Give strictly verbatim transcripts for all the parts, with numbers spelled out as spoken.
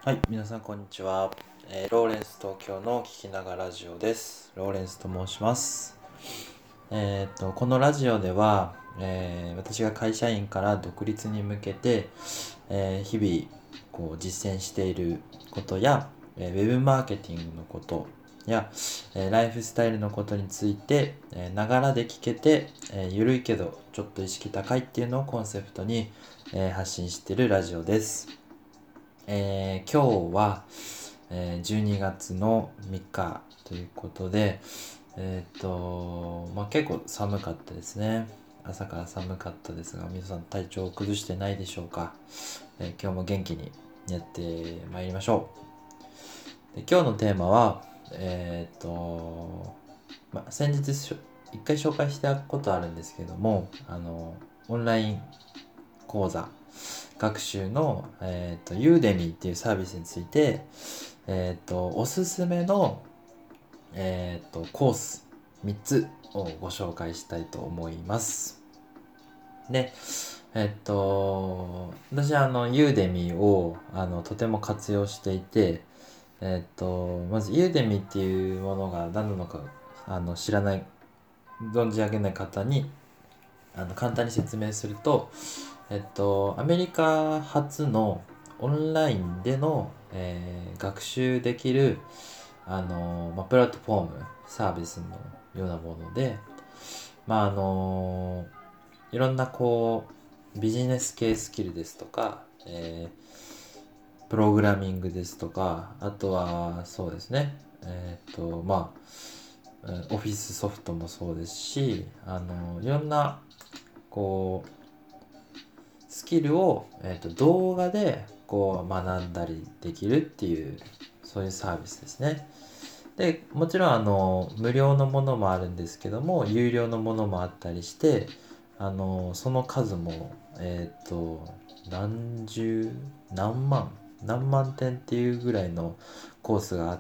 はい、皆さんこんにちは。えーローレンス東京の聞きながらラジオです。ローレンスと申します。えーっと、このラジオでは、えー私が会社員から独立に向けて、えー日々こう実践していることや、えーウェブマーケティングのことや、えーライフスタイルのことについて、えーながらで聞けて、えーゆるいけどちょっと意識高いっていうのをコンセプトに、えー発信しているラジオです。えー今日は、えーじゅうにがつのみっかということで、えーっと、まあ、結構寒かったですね。朝から寒かったですが、皆さん体調を崩してないでしょうか。えー今日も元気にやってまいりましょう。で、今日のテーマは、えーっと、まあ、先日しょ一回紹介したことあるんですけども、あの、オンライン講座学習の、えー、と Udemy っていうサービスについて、えー、とおすすめの、えー、とコースみっつをご紹介したいと思います。で、えっ、と私はあの Udemy をあのとても活用していて、えっ、とまず Udemy っていうものが何なのかあの知らない存じ上げない方にあの簡単に説明すると、えっと、アメリカ初のオンラインでの、えー学習できる、あのまあ、プラットフォーム、サービスのようなもので、まあ、あのいろんなこう、ビジネス系スキルですとか、えープログラミングですとか、あとは、そうですね、えっと、まあ、オフィスソフトもそうですし、あのいろんな、こう、スキルを、えーと、動画でこう学んだりできるっていうそういうサービスですね。で、もちろんあの無料のものもあるんですけども有料のものもあったりして、あのその数もえっ、と何十何万何万点っていうぐらいのコースがあって、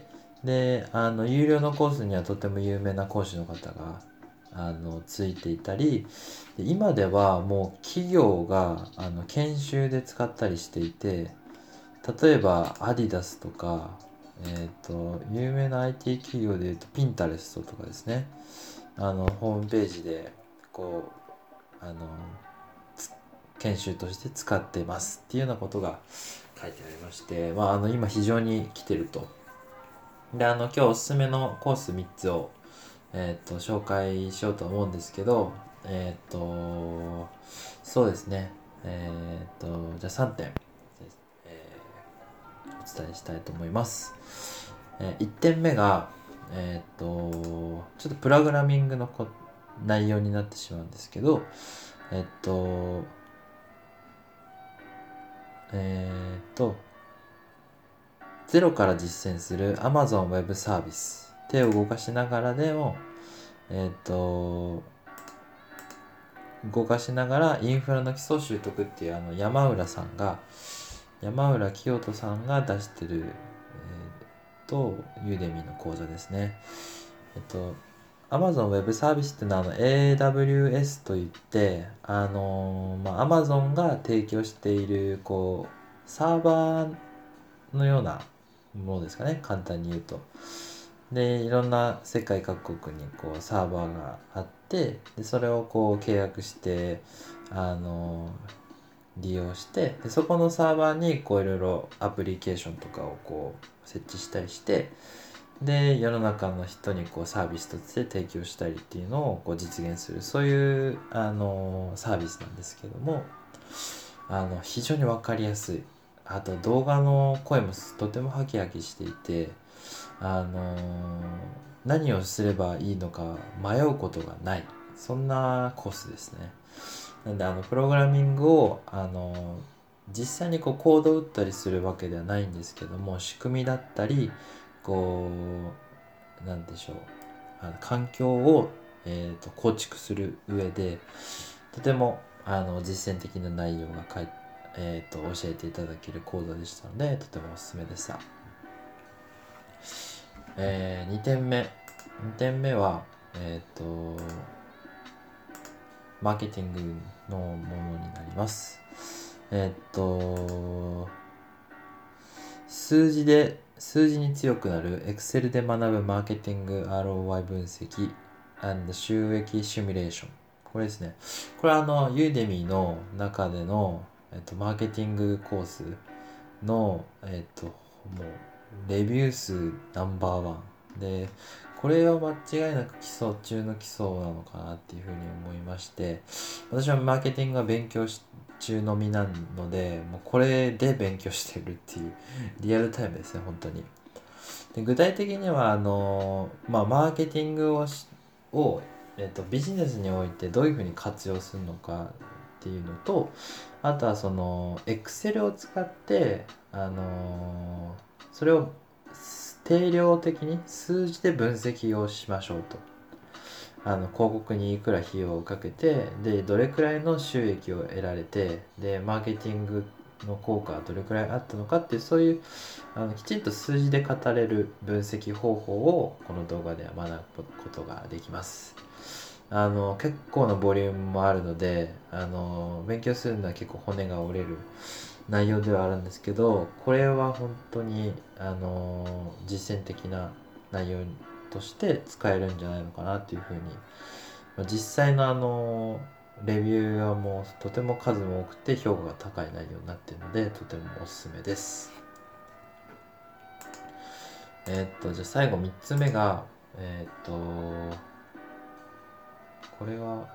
であの有料のコースにはとても有名な講師の方があのついていたり、で今ではもう企業があの研修で使ったりしていて、例えばアディダスとか、えっ、と有名な アイティー 企業でいうとピンタレストとかですね、あのホームページでこうあの研修として使ってますっていうようなことが書いてありまして、まあ、あの今非常に来てると。で、あの今日おすすめのコースみっつを、えっ、と紹介しようと思うんですけど、えっ、とそうですね、えっ、とじゃあさんてん、えーお伝えしたいと思います。えー、いってんめが、えっ、とちょっとプログラミングのこ内容になってしまうんですけど、えっ、とえっ、とゼロから実践する Amazon Web サービス。手を動かしながらでも、えっ、と、動かしながらインフラの基礎を習得っていうあの山浦さんが、山浦清人さんが出してる、えー、と、ユーデミの講座ですね。えっと、Amazon Web サービスっていうのはあの エーダブリューエス といって、あのーまあ、Amazon が提供している、こう、サーバーのようなものですかね、簡単に言うと。で、いろんな世界各国にこうサーバーがあって、でそれをこう契約して、あの利用して、でそこのサーバーにこういろいろアプリケーションとかをこう設置したりして、で世の中の人にこうサービスとして提供したりっていうのをこう実現する、そういうあのサービスなんですけども、あの非常に分かりやすい。あと動画の声もとてもハキハキしていて、あの何をすればいいのか迷うことがない、そんなコースですね。なんであのプログラミングをあの実際にこうコードを打ったりするわけではないんですけども、仕組みだったりこうなんでしょう、あの環境を、えーと構築する上でとてもあの実践的な内容が書いえー、と教えていただける講座でしたので、とてもおすすめでした。えー、にてんめ。にてんめは、えっ、と、マーケティングのものになります。えっ、と、 数字で数字に強くなる Excel で学ぶマーケティング アールオーアイ 分析収益シミュレーション。これですね。これはあの Udemy の中での、えっと、マーケティングコースの、えっと、もうレビュー数ナンバーワンで、これは間違いなく基礎中の基礎なのかなっていうふうに思いまして、私はマーケティングは勉強し中のみなので、もうこれで勉強してるっていうリアルタイムですね、本当に。で具体的にはあの、まあ、マーケティングをしを、えっと、ビジネスにおいてどういうふうに活用するのかっていうのと、あとはその Excel を使ってあのそれを定量的に数字で分析をしましょうと。あの広告にいくら費用をかけて、でどれくらいの収益を得られて、でマーケティングの効果はどれくらいあったのかっていう、そういうあのきちんと数字で語れる分析方法をこの動画では学ぶことができます。あの結構なボリュームもあるので、あの勉強するのは結構骨が折れる内容ではあるんですけど、これは本当にあの実践的な内容として使えるんじゃないのかなっていうふうに、実際のあのレビューはもうとても数も多くて評価が高い内容になっているので、とてもおすすめです。えーっとじゃあ最後みっつめがえーっとこれは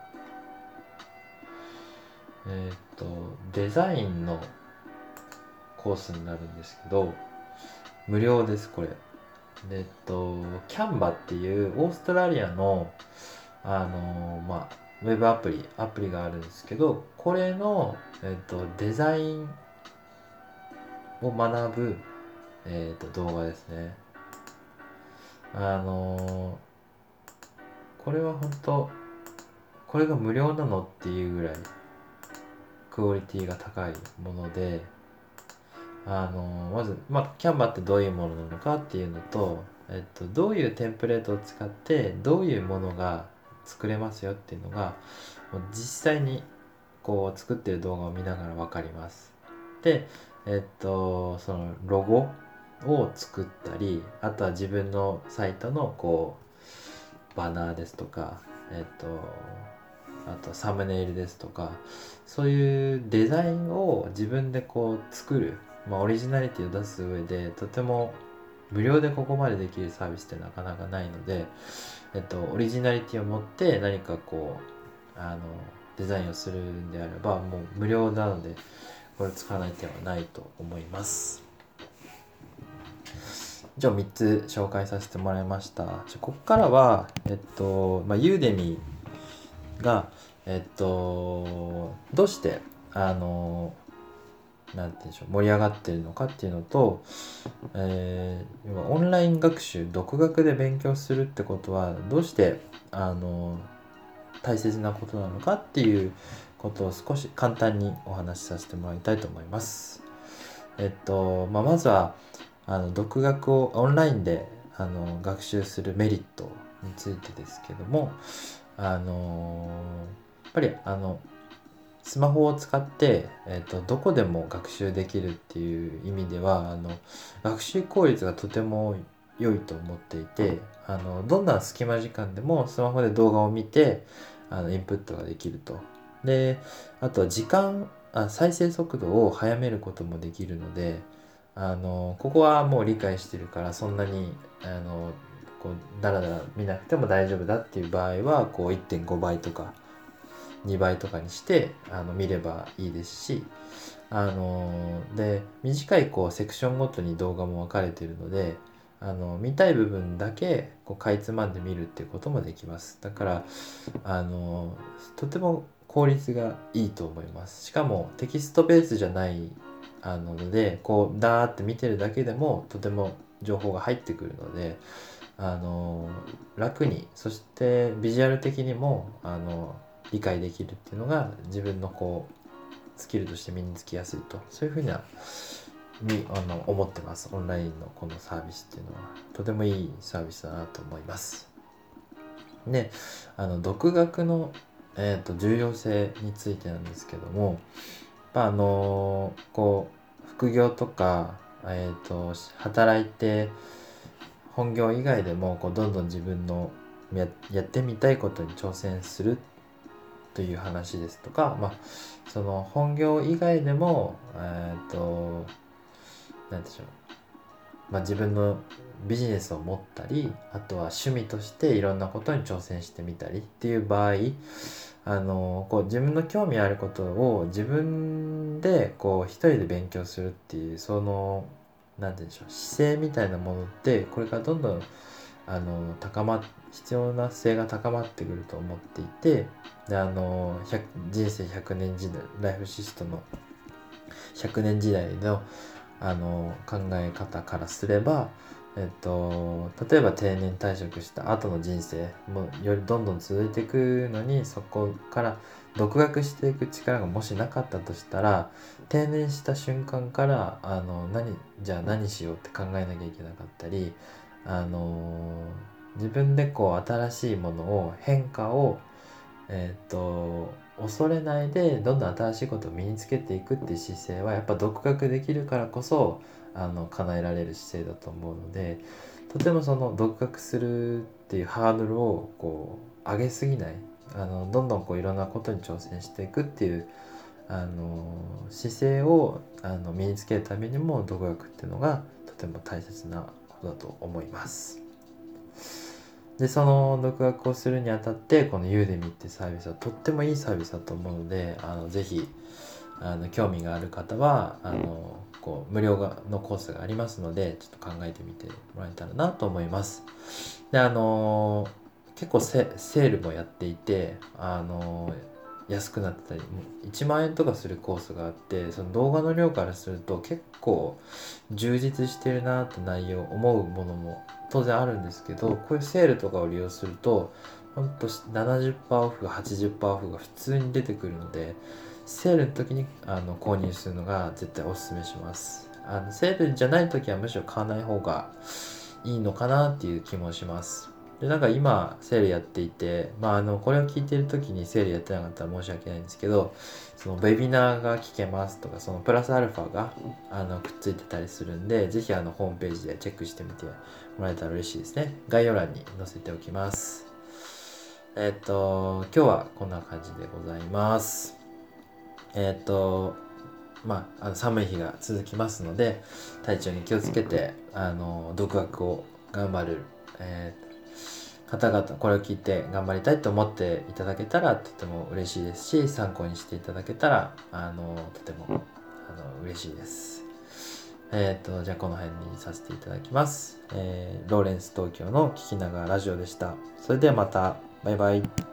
えーっとデザインのコースになるんですけど、無料です。これえっとキャンバっていうオーストラリアのあのまあウェブアプリアプリがあるんですけど、これの、えっと、デザインを学ぶ、えっと、動画ですね。あのこれは本当これが無料なのっていうぐらいクオリティが高いもので、あのまず、まあ、キャンバってどういうものなのかっていうのと、えっと、どういうテンプレートを使ってどういうものが作れますよっていうのがもう実際にこう作ってる動画を見ながら分かります。で、えっとそのロゴを作ったり、あとは自分のサイトのこうバナーですとか、えっとあとサムネイルですとか、そういうデザインを自分でこう作る、まあ、オリジナリティを出す上でとても無料でここまでできるサービスってなかなかないので、えっと、オリジナリティを持って何かこうあのデザインをするんであればもう無料なので、これ使わない手はないと思います。じゃあみっつ紹介させてもらいました。じゃあここからはえっと、まあ、ユーデミがえっとどうしてあのなんて言うんでしょう盛り上がってるのかっていうのと、えー、今オンライン学習独学で勉強するってことはどうしてあの大切なことなのかっていうことを少し簡単にお話しさせてもらいたいと思います。えっと、まあ、まずはあの独学をオンラインであの学習するメリットについてですけども、あのやっぱりあのスマホを使って、えーと、どこでも学習できるっていう意味ではあの学習効率がとても良いと思っていて、あのどんな隙間時間でもスマホで動画を見てあのインプットができると。であとは時間あ再生速度を速めることもできるので、あのここはもう理解してるからそんなにあのこうだらだら見なくても大丈夫だっていう場合はこういってんごばいとかにばいとかにしてあの見ればいいですし、あので短いこうセクションごとに動画も分かれているので、あの見たい部分だけこうかいつまんで見るっていうこともできます。だからあのとても効率がいいと思います。しかもテキストベースじゃないあのでこうダーって見てるだけでもとても情報が入ってくるので、あの楽に、そしてビジュアル的にもあの理解できるっていうのが自分のこうスキルとして身につきやすいと、そういうふうなにあの思ってます。オンラインのこのサービスっていうのはとてもいいサービスだなと思います。であの独学の、えーと、重要性についてなんですけども、やっぱあのこう副業とかえー、と働いて本業以外でもこうどんどん自分の や, やってみたいことに挑戦するという話ですとか、まあ、その本業以外でも、えー、となんでしょう、まあ、自分のビジネスを持ったり、あとは趣味としていろんなことに挑戦してみたりっていう場合、あのこう自分の興味あることを自分でこう一人で勉強するっていう、そのなんて言うんでしょう、姿勢みたいなものってこれからどんどんあの高まっ必要な性が高まってくると思っていて、であの人生ひゃくねん時代、ライフシストのひゃくねん時代のあの考え方からすれば、えっと、例えば定年退職した後の人生もよりどんどん続いていくのに、そこから独学していく力がもしなかったとしたら、定年した瞬間からあの何じゃあ何しようって考えなきゃいけなかったり、あの自分でこう新しいものを変化をえっと恐れないでどんどん新しいことを身につけていくっていう姿勢はやっぱ独学できるからこそあの叶えられる姿勢だと思うので、とてもその独学するっていうハードルをこう上げすぎない、あのどんどんこういろんなことに挑戦していくっていうあの姿勢をあの身につけるためにも独学っていうのがとても大切なことだと思います。でその独学をするにあたってこのユーデミってサービスはとってもいいサービスだと思うので、あのぜひあの興味がある方はあのこう無料がのコースがありますので、ちょっと考えてみてもらえたらなと思います。であの結構セ、セールもやっていて、あの安くなってたりいちまん円とかするコースがあって、その動画の量からすると結構充実してるなって内容思うものも当然あるんですけど、こういうセールとかを利用するとほんと ななじゅっパーセント オフが はちじゅっパーセント オフが普通に出てくるので、セールの時にあの購入するのが絶対おすすめします。あのセールじゃない時はむしろ買わない方がいいのかなっていう気もします。でなんか今セールやっていて、まああのこれを聞いてる時にセールやってなかったら申し訳ないんですけど、そのウェビナーが聞けますとか、そのプラスアルファがあのくっついてたりするんで、ぜひあのホームページでチェックしてみてもらえたら嬉しいですね。概要欄に載せておきます。えっと今日はこんな感じでございます。えっとまあ、あの寒い日が続きますので、体調に気をつけてあの独学を頑張る、えー方々、これを聞いて頑張りたいと思っていただけたらとても嬉しいですし、参考にしていただけたらあのとてもあの嬉しいです。えっとじゃあこの辺にさせていただきます。えーローレンス東京の聞きながらラジオでした。それではまた。バイバイ。